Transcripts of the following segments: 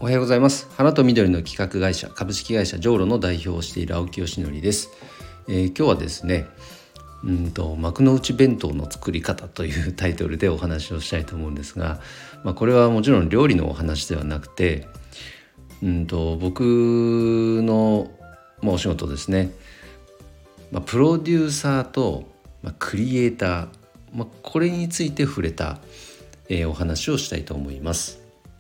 おはようございます。花と緑の企画会社株式会社ジョーロの代表をしている青木よしのりです。今日はですね幕の内弁当の作り方というタイトルでお話をしたいと思うんですが、これはもちろん料理のお話ではなくて僕の、お仕事ですね、プロデューサーと、クリエイター、これについて触れた、お話をしたいと思います。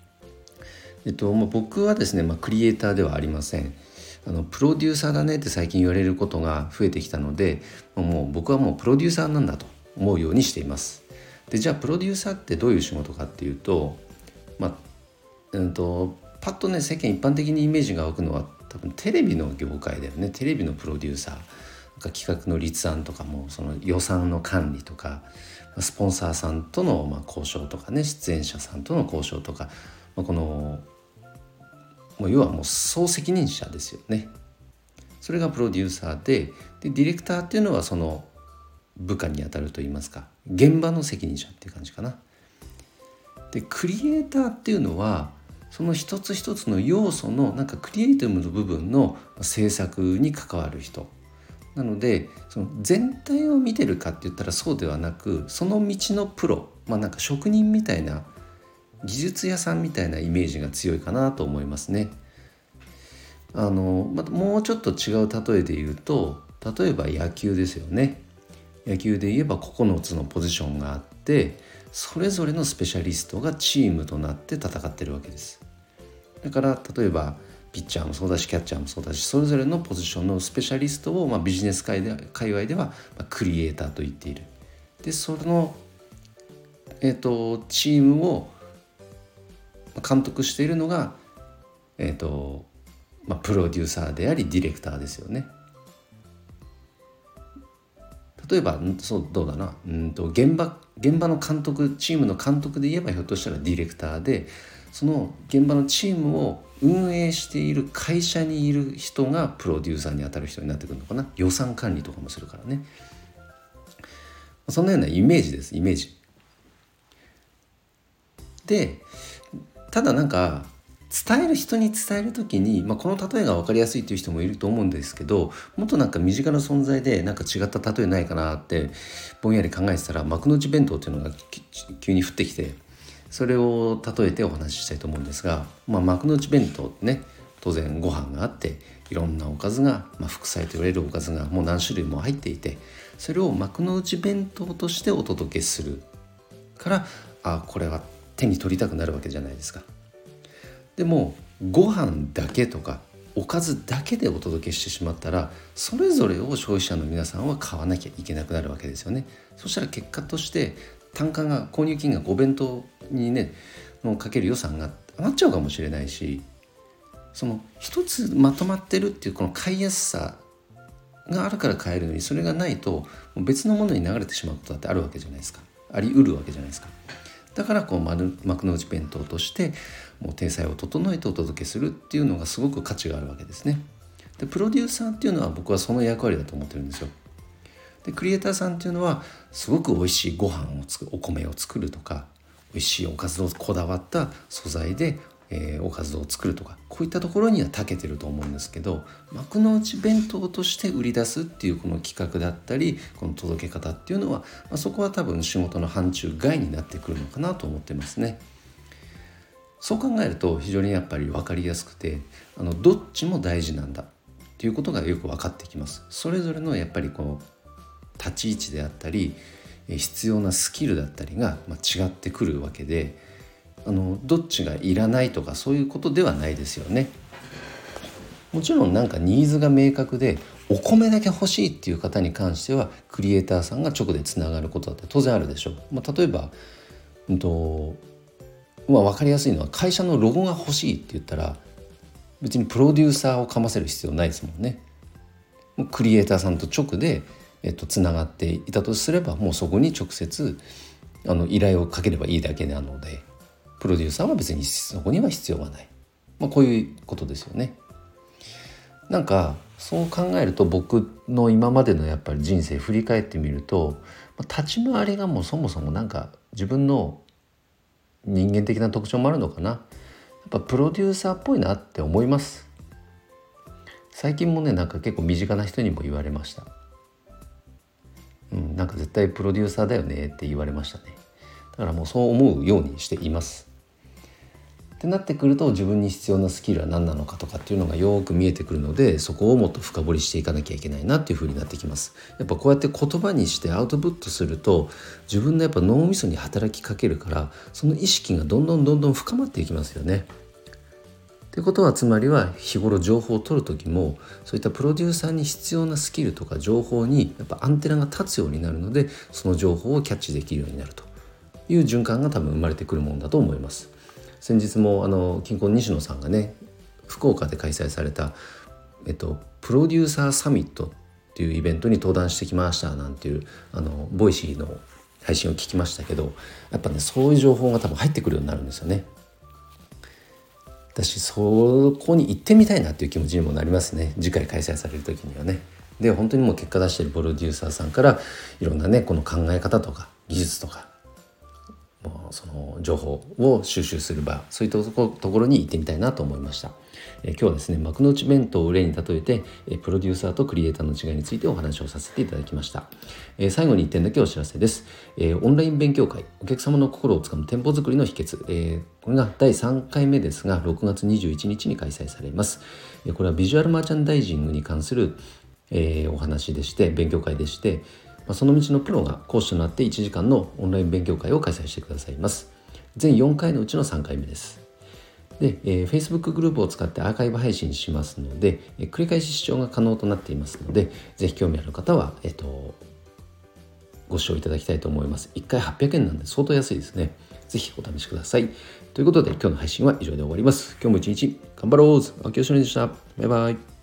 僕はですね、クリエイターではありません。プロデューサーだねって最近言われることが増えてきたので、もう僕はもうプロデューサーなんだと思うようにしています。で、じゃあプロデューサーってどういう仕事かっていうと、パッとね、世間一般的にイメージが湧くのは多分テレビの業界だよね。テレビのプロデューサー、企画の立案とかも、その予算の管理とか、スポンサーさんとの交渉とかね、出演者さんとの交渉とか、この要はもう総責任者ですよね。それがプロデューサーで、ディレクターっていうのはその部下にあたるといいますか、現場の責任者っていう感じかな。で、クリエイターっていうのはその一つ一つの要素のクリエイティブの部分の制作に関わる人なので、その全体を見てるかって言ったらそうではなく、その道のプロ、職人みたいな、技術屋さんみたいなイメージが強いかなと思いますね。もうちょっと違う例えで言うと、例えば野球ですよね。野球で言えば9つのポジションがあって、それぞれのスペシャリストがチームとなって戦ってるわけです。だから例えばピッチャーもそうだし、キャッチャーもそうだし、それぞれのポジションのスペシャリストを、ビジネス界隈では、クリエイターと言っている。で、その、チームを監督しているのが、プロデューサーでありディレクターですよね。例えばどうだな、現場の監督、チームの監督で言えばひょっとしたらディレクターで、その現場のチームを運営している会社にいる人がプロデューサーに当たる人になってくるのかな。予算管理とかもするからね。そんなようなイメージです。イメージで、ただ伝える人に伝えるときに、この例えが分かりやすいという人もいると思うんですけど、もっと身近な存在で違った例えないかなってぼんやり考えてたら、幕の内弁当っていうのが急に降ってきて、それを例えてお話ししたいと思うんですが、幕の内弁当ってね、当然ご飯があって、いろんなおかずが、副菜と言われるおかずがもう何種類も入っていて、それを幕の内弁当としてお届けするから、これは手に取りたくなるわけじゃないですか。でもご飯だけとかおかずだけでお届けしてしまったら、それぞれを消費者の皆さんは買わなきゃいけなくなるわけですよね。そしたら結果として購入金額、お弁当にねかける予算が余っちゃうかもしれないし、その一つまとまってるっていうこの買いやすさがあるから買えるのに、それがないと別のものに流れてしまうことだってあるわけじゃないですか。あり得るわけじゃないですか。だから幕の内弁当としてもう体裁を整えてお届けするっていうのがすごく価値があるわけですね。で、プロデューサーっていうのは僕はその役割だと思ってるんですよ。で、クリエイターさんっていうのはすごく美味しいご飯をお米を作るとか、美味しいおかずをこだわった素材で、おかずを作るとか、こういったところには長けてると思うんですけど、幕の内弁当として売り出すっていうこの企画だったり、この届け方っていうのは、そこは多分仕事の範疇外になってくるのかなと思ってますね。そう考えると非常にやっぱり分かりやすくて、どっちも大事なんだっていうことがよく分かってきます。それぞれのやっぱりこの立ち位置であったり、必要なスキルだったりが違ってくるわけで、どっちがいらないとかそういうことではないですよね。もちろんニーズが明確でお米だけ欲しいっていう方に関しては、クリエイターさんが直でつながることだって当然あるでしょう。例えば、分かりやすいのは、会社のロゴが欲しいって言ったら別にプロデューサーをかませる必要ないですもんね。クリエイターさんと直でつながっていたとすれば、もうそこに直接依頼をかければいいだけなので、プロデューサーは別にそこには必要はない、こういうことですよね。そう考えると、僕の今までのやっぱり人生振り返ってみると、立ち回りがもうそもそも自分の人間的な特徴もあるのかな。 ぱプロデューサーっぽいなって思います。最近もねなんか結構身近な人にも言われました。なんか絶対プロデューサーだよねって言われましたね。だからもうそう思うようにしています。ってなってくると、自分に必要なスキルは何なのかとかっていうのがよく見えてくるので、そこをもっと深掘りしていかなきゃいけないなっていう風になってきます。やっぱこうやって言葉にしてアウトプットすると、自分のやっぱ脳みそに働きかけるから、その意識がどんどん深まっていきますよね。ってことは、つまりは日頃情報を取る時も、そういったプロデューサーに必要なスキルとか情報にやっぱアンテナが立つようになるので、その情報をキャッチできるようになるという循環が多分生まれてくるものだと思います。先日も金婚西野さんがね、福岡で開催された、プロデューサーサミットっていうイベントに登壇してきましたなんていうボイシーの配信を聞きましたけど、やっぱねそういう情報が多分入ってくるようになるんですよね。私そこに行ってみたいなっていう気持ちにもなりますね、次回開催される時にはね。で本当にもう結果出しているプロデューサーさんからいろんなねこの考え方とか技術とかその情報を収集する場、そういったところに行ってみたいなと思いました。今日はですね、幕の内弁当を例に例えてプロデューサーとクリエイターの違いについてお話をさせていただきました。最後に1点だけお知らせです。オンライン勉強会、お客様の心をつかむ店舗作りの秘訣、これが第3回目ですが、6月21日に開催されます。これはビジュアルマーチャンダイジングに関する、お話でして、勉強会でして、その道のプロが講師となって1時間のオンライン勉強会を開催してくださいます。全4回のうちの3回目です。で、Facebook グループを使ってアーカイブ配信しますので、繰り返し視聴が可能となっていますので、ぜひ興味ある方は、ご視聴いただきたいと思います。1回800円なんで相当安いですね。ぜひお試しください。ということで今日の配信は以上で終わります。今日も一日頑張ろう。秋吉典でした。バイバイ。